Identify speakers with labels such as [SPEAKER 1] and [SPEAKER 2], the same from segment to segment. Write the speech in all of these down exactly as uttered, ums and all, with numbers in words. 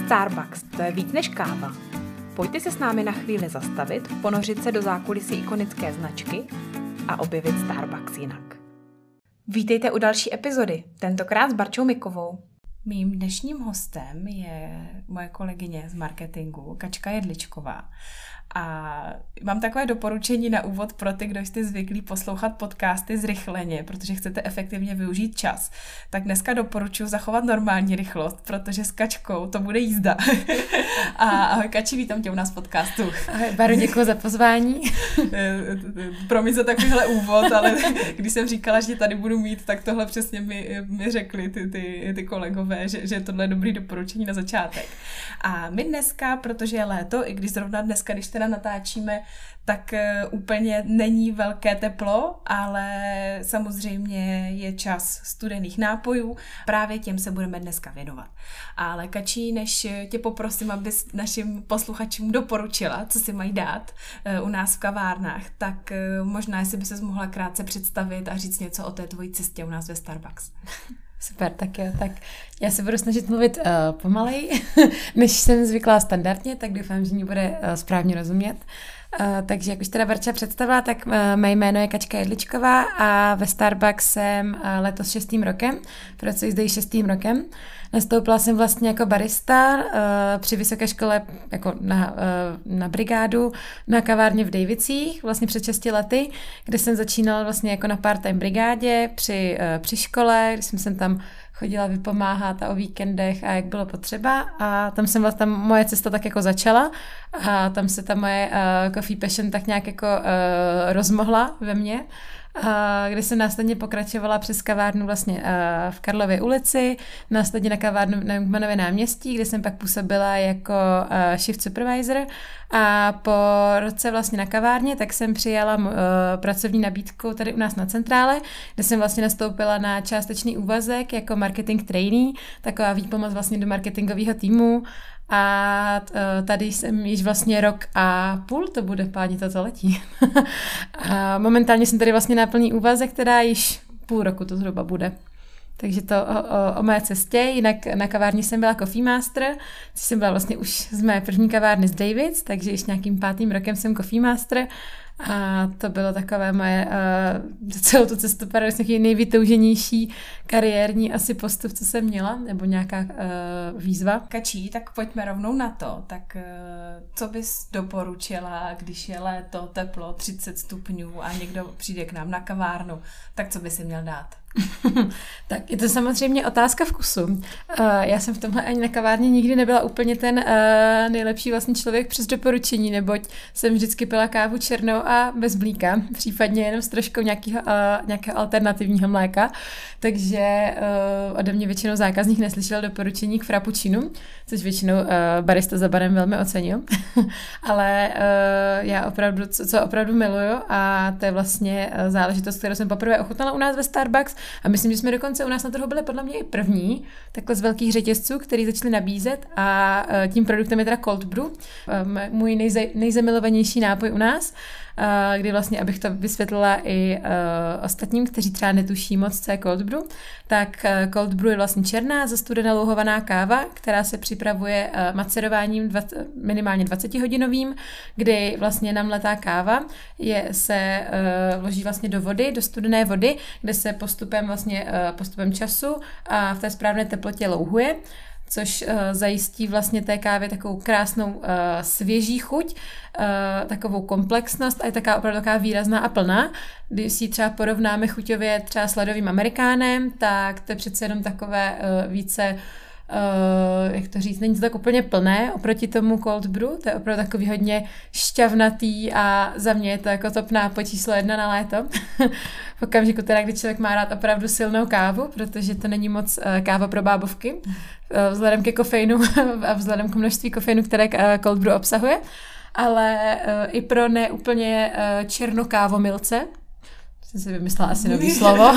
[SPEAKER 1] Starbucks, to je víc než káva. Pojďte se s námi na chvíli zastavit, ponořit se do zákulisí ikonické značky a objevit Starbucks jinak. Vítejte u další epizody, tentokrát s Barčou Mikovou. Mým dnešním hostem je moje kolegyně z marketingu, Kačka Jedličková. A mám takové doporučení na úvod pro ty, kdo jste zvyklí poslouchat podcasty zrychleně, protože chcete efektivně využít čas. Tak dneska doporučuji zachovat normální rychlost, protože s Kačkou to bude jízda. A ahoj Kači, vítám tě u nás v podcastu.
[SPEAKER 2] Ahoj Baru, děkuji za pozvání.
[SPEAKER 1] Promiň za takovýhle úvod, ale když jsem říkala, že tady budu mít, tak tohle přesně mi, mi řekli ty, ty, ty kolegové, že, že tohle je dobrý doporučení na začátek. A my dneska, protože je léto, i když zrovna dneska, když teda natáčíme, tak úplně není velké teplo, ale samozřejmě je čas studených nápojů. Právě těm se budeme dneska věnovat. Ale Kačí, než tě poprosím, abys našim posluchačům doporučila, co si mají dát u nás v kavárnách, tak možná, jestli by ses mohla krátce představit a říct něco o té tvojí cestě u nás ve Starbucks.
[SPEAKER 2] Super, tak jo, tak já se budu snažit mluvit uh, pomalej, než jsem zvyklá standardně, tak doufám, že mě bude uh, správně rozumět. Uh, takže jak už teda Barča představila, tak uh, mé jméno je Kačka Jedličková a ve Starbucks jsem uh, letos šestým rokem, pracuji zde šestým rokem. Nastoupila jsem vlastně jako barista uh, při vysoké škole jako na, uh, na brigádu na kavárně v Dejvicích, vlastně před šesti lety, kde jsem začínala vlastně jako na part-time brigádě při, uh, při škole, když jsem sem tam chodila vypomáhat a o víkendech a jak bylo potřeba a tam jsem vlastně, tam moje cesta tak jako začala a tam se ta moje uh, coffee passion tak nějak jako uh, rozmohla ve mně, kde jsem následně pokračovala přes kavárnu vlastně v Karlově ulici, následně na kavárnu na Jungmannově náměstí, kde jsem pak působila jako shift supervisor a po roce vlastně na kavárně, tak jsem přijala pracovní nabídku tady u nás na centrále, kde jsem vlastně nastoupila na částečný úvazek jako marketing trainee, taková výpomoc vlastně do marketingového týmu. A tady jsem již vlastně rok a půl, to bude, páni, to letí. A momentálně jsem tady vlastně na plný úvazek, která již půl roku to zhruba bude. Takže to o, o, o mé cestě, jinak na kavárně jsem byla Coffee Master, což jsem byla vlastně už z mé první kavárny z Davids, takže již nějakým pátým rokem jsem Coffee Master. A to bylo takové moje, uh, celou tu cestu paradoxně nejvytouženější kariérní asi postup, co jsem měla, nebo nějaká uh, výzva.
[SPEAKER 1] Kačí, tak pojďme rovnou na to. Tak uh, co bys doporučila, když je léto, teplo, třicet stupňů a někdo přijde k nám na kavárnu, tak co by si měl dát?
[SPEAKER 2] Tak je to samozřejmě otázka vkusu. Uh, já jsem v tomhle ani na kavárně nikdy nebyla úplně ten uh, nejlepší vlastní člověk přes doporučení, neboť jsem vždycky pila kávu černou a bez mlíka, případně jenom s troškou nějakého, uh, nějakého alternativního mléka, takže uh, ode mě většinou zákazník neslyšel doporučení k frappuccinu, což většinou uh, barista za barem velmi ocenil, ale uh, já opravdu, co, co opravdu miluju a to je vlastně uh, záležitost, kterou jsem poprvé ochutnala u nás ve Starbucks. A myslím, že jsme dokonce u nás na trhu byli podle mě i první, takhle z velkých řetězců, který začali nabízet a tím produktem je teda Cold Brew, můj nejze, nejzamilovanější nápoj u nás, kdy vlastně, abych to vysvětlila i uh, ostatním, kteří třeba netuší moc, co je Cold Brew, tak uh, Cold Brew je vlastně černá, zastudená louhovaná káva, která se připravuje uh, macerováním dvacet, minimálně dvacetihodinovým, kdy vlastně namletá káva je, se uh, vloží vlastně do vody, do studené vody, kde se postupem vlastně uh, postupem času a v té správné teplotě louhuje, což uh, zajistí vlastně té kávě takovou krásnou uh, svěží chuť, uh, takovou komplexnost a je taková opravdu taková výrazná a plná. Když si třeba porovnáme chuťově třeba s ledovým amerikánem, tak to je přece jenom takové uh, více Uh, jak to říct, není to tak úplně plné oproti tomu Cold Brew, to je opravdu takový hodně šťavnatý a za mě je to jako top nápoj číslo jedna na léto. V okamžiku teda, kdy člověk má rád opravdu silnou kávu, protože to není moc uh, káva pro bábovky, uh, vzhledem ke kofeinu a vzhledem k množství kofeinu, které uh, Cold Brew obsahuje, ale uh, i pro neúplně uh, černokávomilce, jsem si vymyslela asi nový slovo,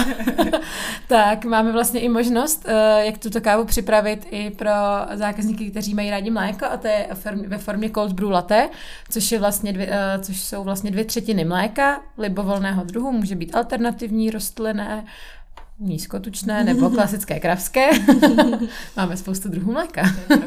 [SPEAKER 2] tak máme vlastně i možnost, jak tuto kávu připravit i pro zákazníky, kteří mají rádi mléko, a to je ve formě cold brew latte, což, je vlastně dvě, což jsou vlastně dvě třetiny mléka libovolného druhu, může být alternativní, rostlinné, nízkotučné nebo klasické kravské. Máme spoustu druhů mléka.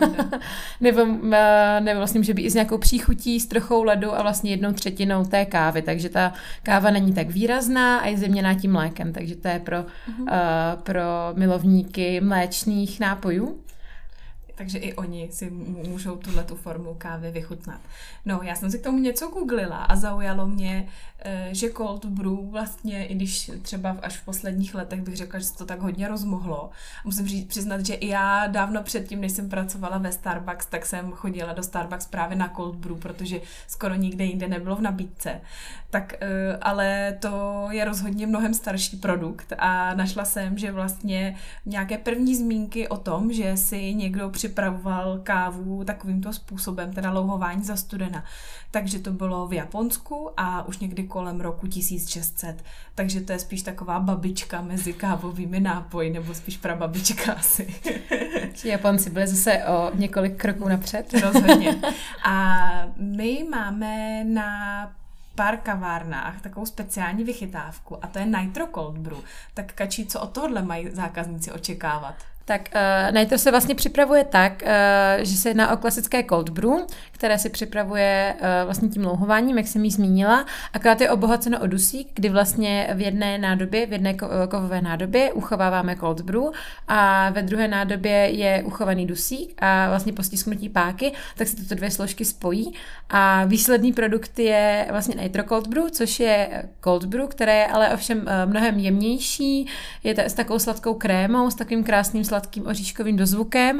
[SPEAKER 2] nebo, nebo vlastně může být i s nějakou příchutí, s trochou ledu a vlastně jednou třetinou té kávy, takže ta káva není tak výrazná a je zjemněná tím mlékem, takže to je pro, uh-huh. uh, pro milovníky mléčných nápojů.
[SPEAKER 1] Takže i oni si můžou tuhletu formu kávy vychutnat. No, já jsem si k tomu něco googlila a zaujalo mě, že cold brew vlastně, i když třeba až v posledních letech bych řekla, že se to tak hodně rozmohlo. Musím říct, přiznat, že i já dávno předtím, než jsem pracovala ve Starbucks, tak jsem chodila do Starbucks právě na cold brew, protože skoro nikde jinde nebylo v nabídce. Tak, ale to je rozhodně mnohem starší produkt a našla jsem, že vlastně nějaké první zmínky o tom, že si někdo připravoval kávu takovýmto způsobem, teda louhování za studena. Takže to bylo v Japonsku a už někdy kolem roku tisíc šest set. Takže to je spíš taková babička mezi kávovými nápoji, nebo spíš prababička asi.
[SPEAKER 2] Japonci byli zase o několik kroků napřed.
[SPEAKER 1] Rozhodně. A my máme na pár kavárnách takovou speciální vychytávku a to je Nitro Cold Brew. Tak Kačí, co od tohohle mají zákazníci očekávat?
[SPEAKER 2] Tak uh, Nitro se vlastně připravuje tak, uh, že se jedná o klasické cold brew, které si připravuje uh, vlastně tím louhováním, jak jsem jí zmínila, akorát je obohaceno o dusík, kdy vlastně v jedné nádobě, v jedné ko- kovové nádobě uchováváme cold brew a ve druhé nádobě je uchovaný dusík a vlastně po stisknutí páky, tak se tyto dvě složky spojí a výsledný produkt je vlastně Nitro Cold Brew, což je cold brew, které je ale ovšem uh, mnohem jemnější, je to s takovou sladkou krémou, s takovým krásným sladkým oříškovým dozvukem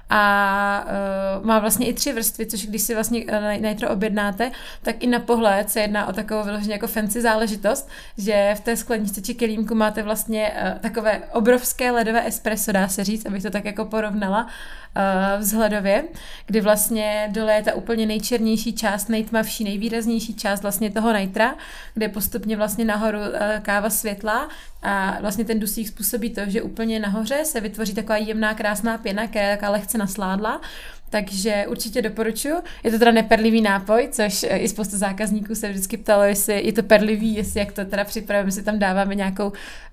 [SPEAKER 2] a uh, má vlastně i tři vrstvy, což když si vlastně uh, Nitro objednáte, tak i na pohled se jedná o takovou vyloženě jako fancy záležitost, že v té skleničce či kelímku máte vlastně uh, takové obrovské ledové espresso, dá se říct, abych to tak jako porovnala uh, vzhledově, kdy vlastně dole je ta úplně nejčernější část, nejtmavší, nejvýraznější část vlastně toho Nitra, kde postupně vlastně nahoru uh, káva světlá a vlastně ten dusík způsobí to, že úplně nahoře se vytvoří taková jemná, krásná pěna, která je taková lehce nasládla, takže určitě doporučuji. Je to teda neperlivý nápoj, což i spousta zákazníků se vždycky ptalo, jestli je to perlivý, jestli jak to teda připravujeme, jestli tam dáváme nějakou uh,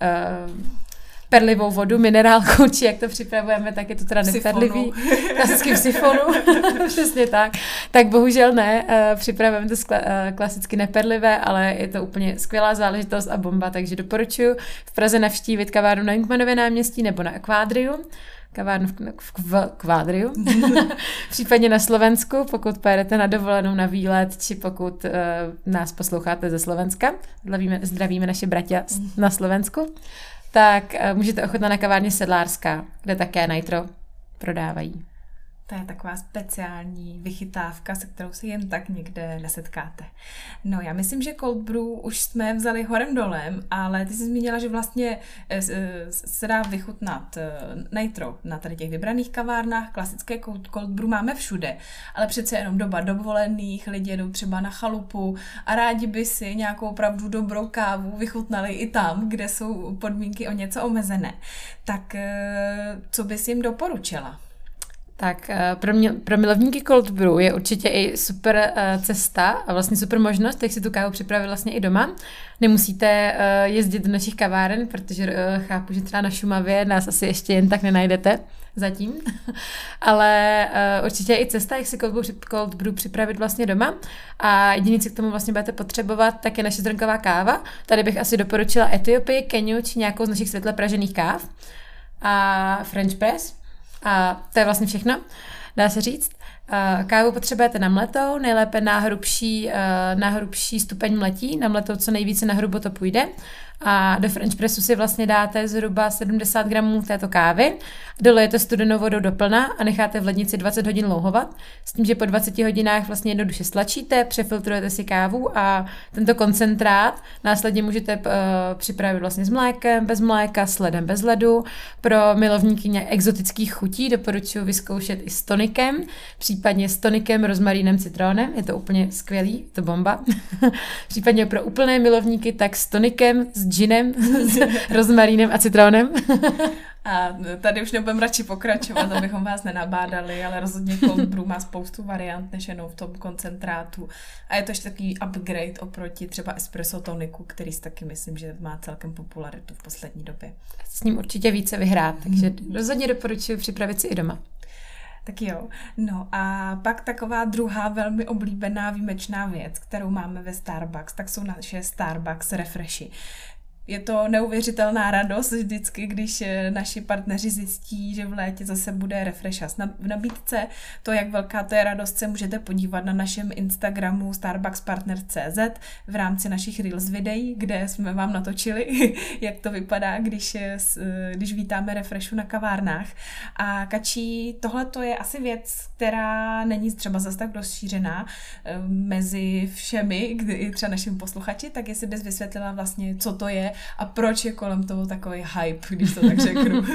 [SPEAKER 2] perlivou vodu, minerálku, či jak to připravujeme, tak je to teda neperlivý. Klasicky v sifonu, přesně tak. Tak bohužel ne, připravujeme to klasicky neperlivé, ale je to úplně skvělá záležitost a bomba, takže doporučuji v Praze navštívit kavárnu na Jungmannově náměstí nebo na Akvádriu. Kavárnu v, v, v Kvádriu, případně na Slovensku, pokud pojedete na dovolenou, na výlet, či pokud uh, nás posloucháte ze Slovenska, zdravíme, zdravíme naše bratia na Slovensku, tak uh, můžete ochutnat na kavárně Sedlářská, kde také Nitro prodávají.
[SPEAKER 1] To je taková speciální vychytávka, se kterou se jen tak někde nesetkáte. No, já myslím, že cold brew už jsme vzali horem dolem, ale ty jsi zmínila, že vlastně se dá vychutnat Nitro na tady těch vybraných kavárnách, klasické cold brew máme všude, ale přece jenom doba dovolených, lidi jedou třeba na chalupu a rádi by si nějakou opravdu dobrou kávu vychutnali i tam, kde jsou podmínky o něco omezené. Tak co bys jim doporučila?
[SPEAKER 2] Tak pro, mě, pro milovníky cold brew je určitě i super uh, cesta a vlastně super možnost, jak si tu kávu připravit vlastně i doma. Nemusíte uh, jezdit do našich kaváren, protože uh, chápu, že třeba na Šumavě nás asi ještě jen tak nenajdete zatím, ale uh, určitě i cesta, jak si cold brew, cold brew připravit vlastně doma a jediný, co k tomu vlastně budete potřebovat, tak je naše zrnková káva. Tady bych asi doporučila Etiopii, Keniu či nějakou z našich světle pražených káv a French press. A to je vlastně všechno, dá se říct. Kávu potřebujete namletou, nejlépe na hrubší, na hrubší stupeň mletí, namletou co nejvíce na hrubo to půjde. A do French pressu si vlastně dáte zhruba sedmdesát gramů této kávy, dolejete studenou vodou doplna a necháte v lednici dvacet hodin louhovat, s tím, že po dvaceti hodinách vlastně jednoduše stlačíte, přefiltrujete si kávu a tento koncentrát následně můžete uh, připravit vlastně s mlékem, bez mléka, s ledem, bez ledu. Pro milovníky exotických chutí doporučuji vyzkoušet i s tonikem, případně případně s tonikem, rozmarínem, citronem, je to úplně skvělý, to bomba. Případně pro úplné milovníky, tak s tonikem, s ginem, s rozmarínem a citronem.
[SPEAKER 1] A tady už nebudeme radši pokračovat, abychom vás nenabádali, ale rozhodně cold brew má spoustu variant, než jenom v tom koncentrátu. A je to ještě takový upgrade oproti třeba espresso toniku, který si taky myslím, že má celkem popularitu v poslední době.
[SPEAKER 2] S ním určitě více vyhrát, takže rozhodně doporučuji připravit si i doma.
[SPEAKER 1] Tak jo. No a pak taková druhá velmi oblíbená výjimečná věc, kterou máme ve Starbucks, tak jsou naše Starbucks refreshy. Je to neuvěřitelná radost vždycky, když naši partneři zjistí, že v létě zase bude refreshas v nabídce. To, jak velká to je radost, se můžete podívat na našem Instagramu starbucks partner tečka cé zet v rámci našich Reels videí, kde jsme vám natočili, jak to vypadá, když, když vítáme refreshu na kavárnách. A Kačí, tohle to je asi věc, která není třeba zase tak rozšířená mezi všemi, kdy třeba našimi posluchači, tak jestli bys vysvětlila vlastně, co to je a proč je kolem toho takový hype, když to tak řeknu.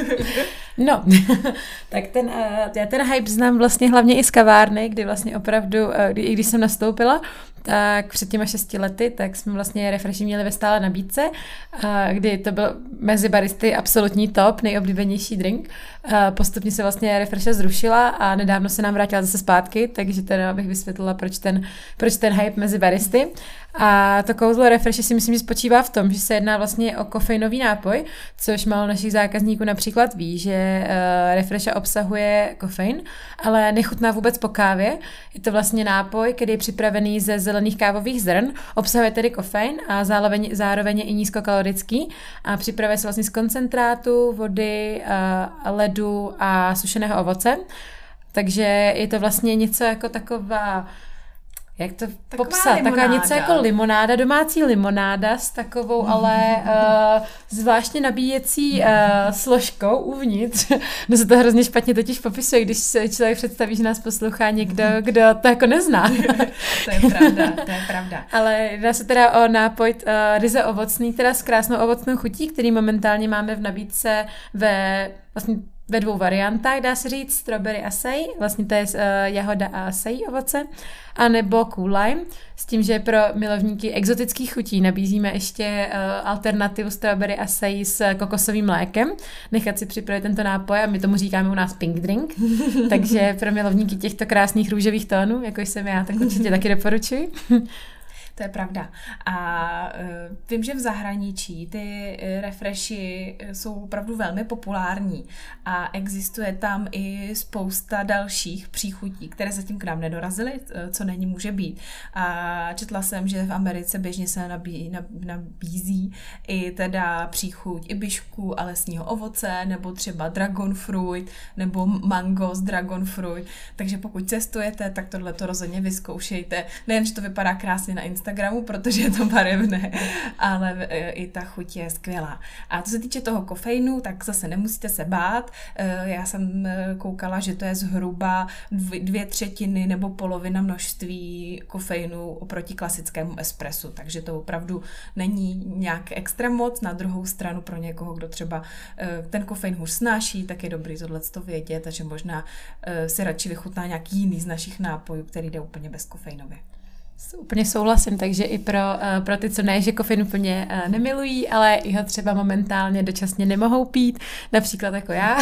[SPEAKER 2] No, tak ten, já ten hype znám vlastně hlavně i z kavárny, kdy vlastně opravdu, kdy, i když jsem nastoupila, tak před těma šesti lety, tak jsme vlastně refreshy měli ve stále nabídce, kdy to byl mezi baristy absolutní top, nejoblíbenější drink. Postupně se vlastně refresha zrušila a nedávno se nám vrátila zase zpátky, takže teda bych vysvětlila, proč ten, proč ten hype mezi baristy. A to kouzlo refreshy si myslím, že spočívá v tom, že se jedná vlastně o kofeinový nápoj, což málo našich zákazníků například ví, že uh, refresha obsahuje kofein, ale nechutná vůbec po kávě. Je to vlastně nápoj, který je připravený ze zelených kávových zrn, obsahuje tedy kofein a zároveň, zároveň je i nízkokalorický a připravuje se vlastně z koncentrátu, vody, uh, ledu a sušeného ovoce. Takže je to vlastně něco jako taková, jak to taková popsat, limonáda. Taková něco jako limonáda, domácí limonáda s takovou mm. ale uh, zvláštně nabíjecí uh, složkou uvnitř. No se to hrozně špatně totiž popisuje, když se člověk představí, že nás poslouchá někdo, kdo to jako nezná.
[SPEAKER 1] To je pravda, to je pravda.
[SPEAKER 2] Ale jedná se teda o nápoj uh, ryze ovocný, teda s krásnou ovocnou chutí, který momentálně máme v nabídce ve vlastně ve dvou variantách, dá se říct, strawberry acai, vlastně to je uh, jahoda a acai ovoce, anebo cool lime, s tím, že pro milovníky exotických chutí nabízíme ještě uh, alternativu strawberry acai s kokosovým mlékem, nechat si připravit tento nápoj a my tomu říkáme u nás pink drink, takže pro milovníky těchto krásných růžových tónů, jako jsem já, tak určitě taky doporučuji.
[SPEAKER 1] To je pravda. A uh, vím, že v zahraničí ty refreshy jsou opravdu velmi populární a existuje tam i spousta dalších příchutí, které zatím k nám nedorazily, co není může být. A četla jsem, že v Americe běžně se nabí, nabízí i teda příchuť ibišku a lesního ovoce, nebo třeba dragon fruit, nebo mango z dragon fruit. Takže pokud cestujete, tak tohle to rozhodně vyzkoušejte. Nejen, že to vypadá krásně na Instagramu, Instagramu, protože je to barevné, ale i ta chuť je skvělá. A co se týče toho kofeinu, tak zase nemusíte se bát. Já jsem koukala, že to je zhruba dvě třetiny nebo polovina množství kofeinu oproti klasickému espressu, takže to opravdu není nějak extra moc. Na druhou stranu pro někoho, kdo třeba ten kofein hůř snáší, tak je dobrý tohleto vědět, takže možná si radši vychutná nějaký jiný z našich nápojů, který jde úplně bezkofeinově.
[SPEAKER 2] Úplně souhlasím, takže i pro, uh, pro ty, co ne, že kofein úplně uh, nemilují, ale i ho třeba momentálně dočasně nemohou pít, například jako já,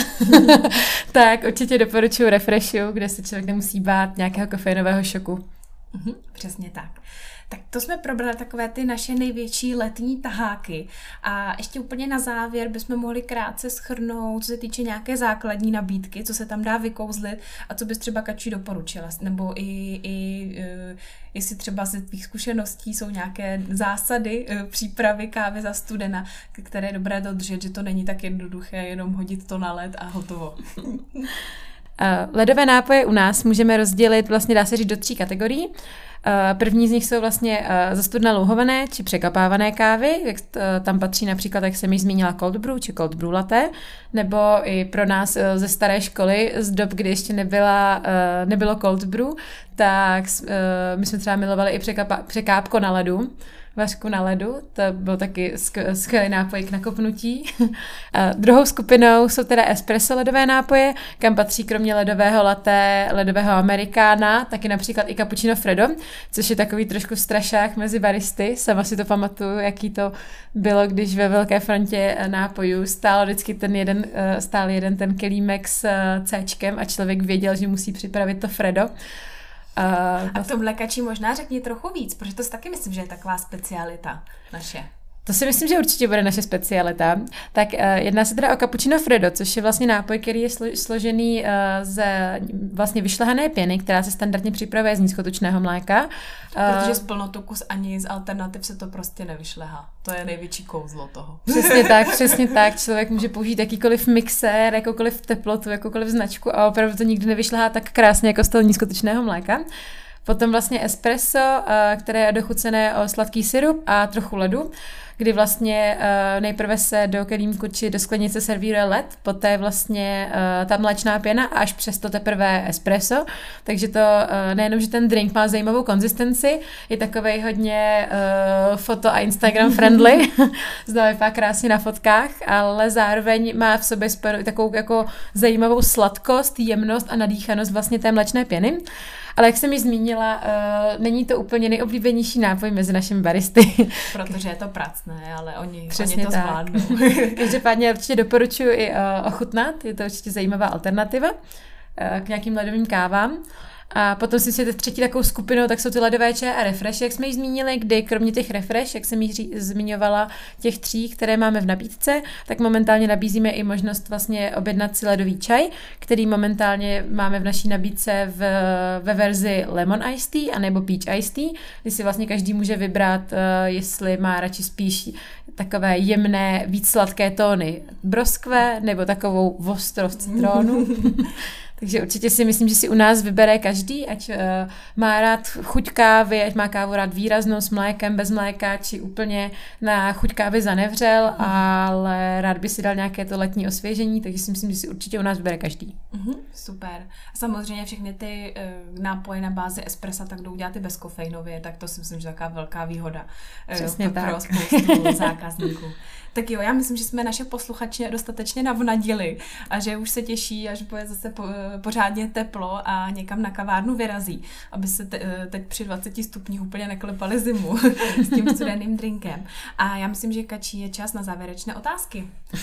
[SPEAKER 2] tak určitě doporučuji refreshu, kde se člověk nemusí bát nějakého kofeinového šoku.
[SPEAKER 1] Mhm, přesně tak. Tak to jsme probrali takové ty naše největší letní taháky. A ještě úplně na závěr bychom mohli krátce shrnout, co se týče nějaké základní nabídky, co se tam dá vykouzlit a co bys třeba Kačí doporučila. Nebo i, i uh, jestli třeba ze tvých zkušeností jsou nějaké zásady uh, přípravy kávy za studena, které je dobré dodržet, že to není tak jednoduché, jenom hodit to na led a hotovo.
[SPEAKER 2] Ledové nápoje u nás můžeme rozdělit, vlastně dá se říct, do tří kategorií. První z nich jsou vlastně zastudna louhované či překapávané kávy, jak tam patří například, jak jsem již zmínila, cold brew či cold brew latte, nebo i pro nás ze staré školy, z dob, kdy ještě nebyla, nebylo cold brew, tak my jsme třeba milovali i překapa, překápko na ledu, vařku na ledu, to byl taky skvělý nápoj k nakopnutí. A druhou skupinou jsou teda espresso ledové nápoje, kam patří kromě ledového latte, ledového amerikána, taky například i cappuccino Freddo, což je takový trošku strašák mezi baristy. Sama si to pamatuju, jaký to bylo, když ve velké frontě nápojů stál vždycky ten jeden, stál jeden ten kelímek s céčkem a člověk věděl, že musí připravit to Freddo.
[SPEAKER 1] Uh, a v tom mlékači možná řekni trochu víc, protože to taky myslím, že je taková specialita naše.
[SPEAKER 2] To si myslím, že určitě bude naše specialita. Tak uh, jedná se teda o cappuccino Freddo, což je vlastně nápoj, který je slo- složený uh, ze vlastně vyšlehané pěny, která se standardně připravuje z nízkotučného mléka. Uh,
[SPEAKER 1] Protože z plnotuku ani z alternativ se to prostě nevyšlehá. To je největší kouzlo toho.
[SPEAKER 2] Přesně tak, přesně tak. Člověk může použít jakýkoliv mixér, jakoukoliv teplotu, jakoukoliv značku a opravdu to nikdy nevyšlehá tak krásně jako z toho nízkotučného mléka. Potom vlastně espresso, uh, které je dochucené o sladký syrup a trochu ledu, kdy vlastně uh, nejprve se do kelímku či do sklenice servíruje led, poté vlastně uh, ta mléčná pěna a až přes to teprve espresso. Takže to uh, nejenom, že ten drink má zajímavou konzistenci, je takovej hodně uh, foto a Instagram friendly, zdá vypadá krásně na fotkách, ale zároveň má v sobě sporu, takovou jako zajímavou sladkost, jemnost a nadýchanost vlastně té mléčné pěny. Ale jak jsem ji zmínila, uh, není to úplně nejoblíbenější nápoj mezi našimi baristy.
[SPEAKER 1] Protože je to pracné, ale oni,
[SPEAKER 2] Přesně
[SPEAKER 1] oni to
[SPEAKER 2] tak.
[SPEAKER 1] zvládnou.
[SPEAKER 2] Každopádně určitě doporučuji i uh, ochutnat, je to určitě zajímavá alternativa uh, k nějakým ledovým kávám. A potom si myslíte třetí takovou skupinou, tak jsou ty ledové čaje a refresh, jak jsme ji zmínili, kdy kromě těch refresh, jak jsem ji zmiňovala, těch tří, které máme v nabídce, tak momentálně nabízíme i možnost vlastně objednat si ledový čaj, který momentálně máme v naší nabídce v, ve verzi lemon iced tea anebo peach iced tea, kdy si vlastně každý může vybrat, uh, jestli má radši spíš takové jemné, víc sladké tóny broskve nebo takovou ostrost citrónu. Takže určitě si myslím, že si u nás vybere každý, ať uh, má rád chuť kávy, ať má kávu rád výraznou s mlékem, bez mléka, či úplně na chuť kávy zanevřel, mm. ale rád by si dal nějaké to letní osvěžení, takže si myslím, že si určitě u nás vybere každý.
[SPEAKER 1] Mm-hmm, super. Samozřejmě všechny ty uh, nápoje na bázi espressa tak jdou dělat i bezkofeinově, tak to si myslím, že je taková velká výhoda
[SPEAKER 2] Přesně
[SPEAKER 1] uh,
[SPEAKER 2] tak.
[SPEAKER 1] pro spoustu zákazníků. Tak jo, já myslím, že jsme naše posluchače dostatečně navnadili a že už se těší, až bude zase po, pořádně teplo a někam na kavárnu vyrazí, aby se te, teď při dvaceti stupních úplně neklepali zimu s tím studeným drinkem. A já myslím, že Kačí je čas na závěrečné otázky.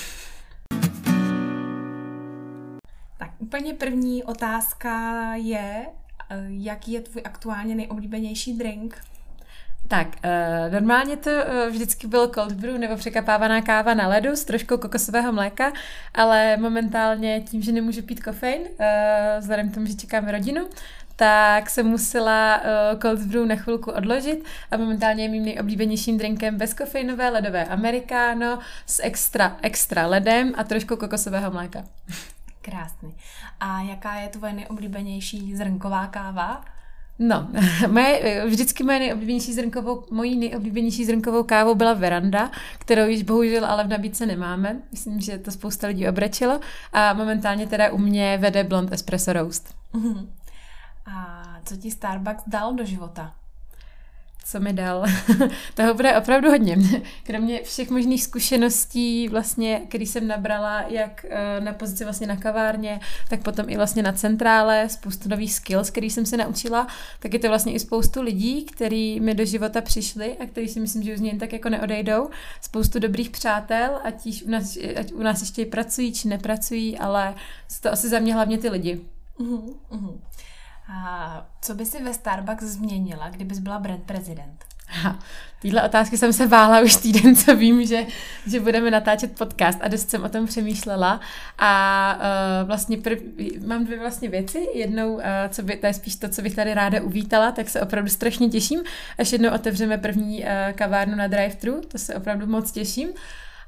[SPEAKER 1] Tak úplně první otázka je, jaký je tvůj aktuálně nejoblíbenější drink?
[SPEAKER 2] Tak, uh, normálně to uh, vždycky byl cold brew nebo překapávaná káva na ledu s troškou kokosového mléka, ale momentálně tím, že nemůžu pít kofein, uh, vzhledem k tomu, že čekáme rodinu, tak jsem musela uh, cold brew na chvilku odložit a momentálně je mým nejoblíbenějším drinkem bezkofeinové ledové amerikáno s extra, extra ledem a troškou kokosového mléka.
[SPEAKER 1] Krásný. A jaká je tvoje nejoblíbenější zrnková káva?
[SPEAKER 2] No, moje, vždycky moje nejoblíbenější zrnkovou, mojí nejoblíbenější zrnkovou kávou byla Veranda, kterou již bohužel ale v nabídce nemáme. Myslím, že to spousta lidí obrečilo a momentálně teda u mě vede Blond Espresso Roast.
[SPEAKER 1] Uh-huh. A co ti Starbucks dal do života?
[SPEAKER 2] Co mi dal? Toho bude opravdu hodně. Kromě všech možných zkušeností, vlastně, který jsem nabrala, jak na pozici vlastně na kavárně, tak potom i vlastně na centrále, spoustu nových skills, který jsem se naučila, tak je to vlastně i spoustu lidí, kteří mi do života přišli a kteří si myslím, že už jen tak jako neodejdou. Spoustu dobrých přátel, ať, u nás, ať u nás ještě pracují, či nepracují, ale to asi za mě hlavně ty lidi.
[SPEAKER 1] Uhum, uhum. A co by si ve Starbucks změnila, kdybys byla brand prezident?
[SPEAKER 2] Ha, týhle otázky jsem se bála už týden, co vím, že, že budeme natáčet podcast a dost jsem o tom přemýšlela a uh, vlastně prv, mám dvě vlastně věci. Jednou, uh, co by, to je spíš to, co bych tady ráda uvítala, tak se opravdu strašně těším, až jednou otevřeme první uh, kavárnu na drive-thru, to se opravdu moc těším.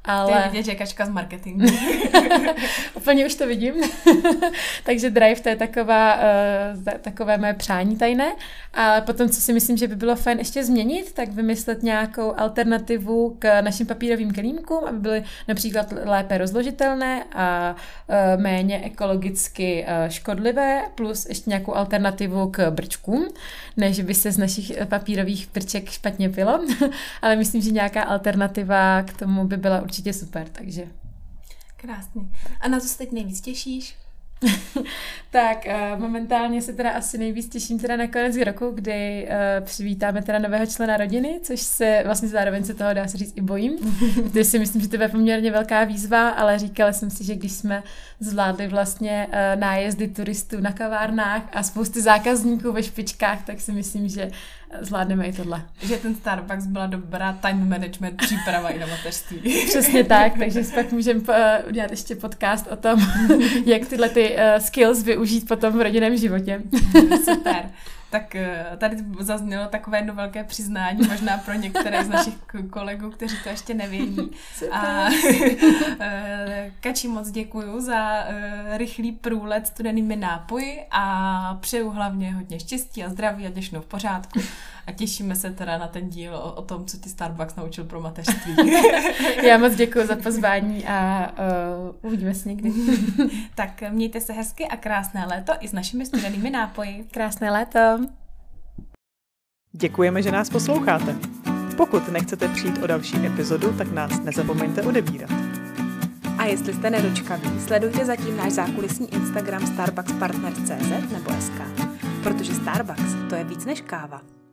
[SPEAKER 2] Ale...
[SPEAKER 1] To je vidět, že je Kačka z marketingu.
[SPEAKER 2] Úplně už to vidím. Takže Drive to je taková, uh, takové moje přání tajné. A potom, co si myslím, že by bylo fajn ještě změnit, tak vymyslet nějakou alternativu k našim papírovým kelímkům, aby byly například lépe rozložitelné a uh, méně ekologicky uh, škodlivé, plus ještě nějakou alternativu k brčkům, ne, že by se z našich papírových brček špatně pilo, ale myslím, že nějaká alternativa k tomu by byla určitě super, takže...
[SPEAKER 1] Krásný. A na co se teď nejvíc těšíš?
[SPEAKER 2] Tak uh, momentálně se teda asi nejvíc těším teda na konec roku, kdy uh, přivítáme teda nového člena rodiny, což se vlastně zároveň se toho dá se říct i bojím. Protože si myslím, že to je poměrně velká výzva, ale říkala jsem si, že když jsme zvládli vlastně uh, nájezdy turistů na kavárnách a spousty zákazníků ve špičkách, tak si myslím, že zvládneme i tohle.
[SPEAKER 1] Že ten Starbucks byla dobrá time management příprava i na mateřství.
[SPEAKER 2] Přesně tak, takže pak můžeme uh, udělat ještě podcast o tom, jak tyhle ty uh, skills využít potom v rodinném životě.
[SPEAKER 1] Super. Tak tady zaznělo takové jedno velké přiznání, možná pro některé z našich kolegů, kteří to ještě nevědí. A Kači, moc děkuju za rychlý průlet studenými nápoji a přeju hlavně hodně štěstí a zdraví a těšnou v pořádku. A těšíme se teda na ten díl o, o tom, co ti Starbucks naučil pro mateřství.
[SPEAKER 2] Já moc děkuji za pozvání a uh, uvidíme se někdy.
[SPEAKER 1] Tak mějte se hezky a krásné léto i s našimi studenými nápoji.
[SPEAKER 2] Krásné léto.
[SPEAKER 3] Děkujeme, že nás posloucháte. Pokud nechcete přijít o další epizodu, tak nás nezapomeňte odebírat.
[SPEAKER 1] A jestli jste nedočkaví, sledujte zatím náš zákulisní Instagram starbuckspartners tečka cé zet nebo es ká, protože Starbucks to je víc než káva.